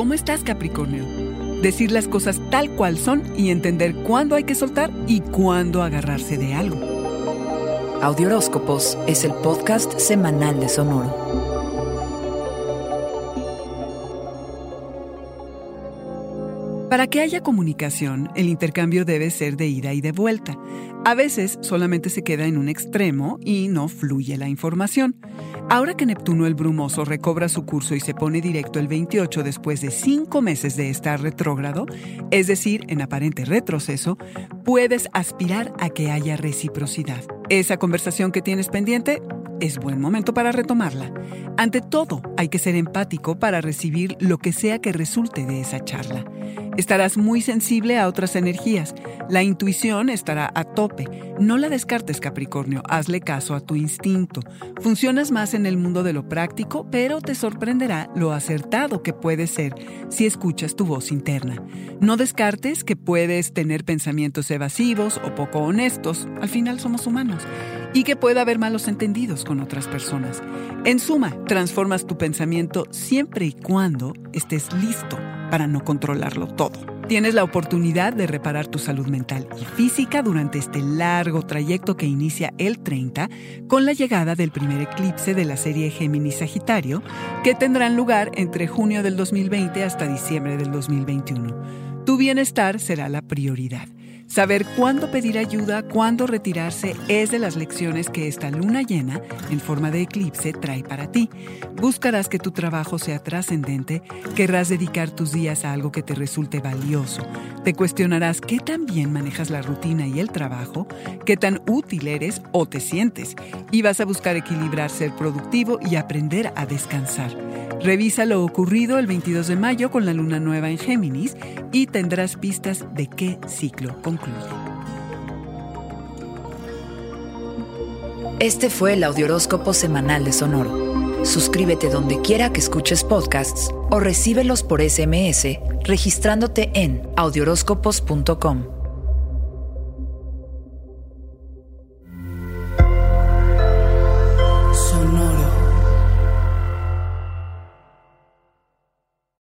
¿Cómo estás, Capricornio? Decir las cosas tal cual son y entender cuándo hay que soltar y cuándo agarrarse de algo. Audioróscopos es el podcast semanal de Sonoro. Para que haya comunicación, el intercambio debe ser de ida y de vuelta. A veces solamente se queda en un extremo y no fluye la información. Ahora que Neptuno el Brumoso recobra su curso y se pone directo el 28 después de 5 meses de estar retrógrado, es decir, en aparente retroceso, puedes aspirar a que haya reciprocidad. Esa conversación que tienes pendiente es buen momento para retomarla. Ante todo, hay que ser empático para recibir lo que sea que resulte de esa charla. Estarás muy sensible a otras energías. La intuición estará a tope. No la descartes, Capricornio. Hazle caso a tu instinto. Funcionas más en el mundo de lo práctico, pero te sorprenderá lo acertado que puedes ser si escuchas tu voz interna. No descartes que puedes tener pensamientos evasivos o poco honestos. Al final somos humanos. Y que pueda haber malos entendidos con otras personas. En suma, transformas tu pensamiento siempre y cuando estés listo para no controlarlo todo. Tienes la oportunidad de reparar tu salud mental y física durante este largo trayecto que inicia el 30 con la llegada del primer eclipse de la serie Géminis-Sagitario que tendrán lugar entre junio del 2020 hasta diciembre del 2021. Tu bienestar será la prioridad. Saber cuándo pedir ayuda, cuándo retirarse, es de las lecciones que esta luna llena, en forma de eclipse, trae para ti. Buscarás que tu trabajo sea trascendente, querrás dedicar tus días a algo que te resulte valioso. Te cuestionarás qué tan bien manejas la rutina y el trabajo, qué tan útil eres o te sientes, y vas a buscar equilibrar ser productivo y aprender a descansar. Revisa lo ocurrido el 22 de mayo con la luna nueva en Géminis y tendrás pistas de qué ciclo concluye. Este fue el Audioróscopo semanal de Sonoro. Suscríbete donde quiera que escuches podcasts o recíbelos por SMS registrándote en audioróscopos.com.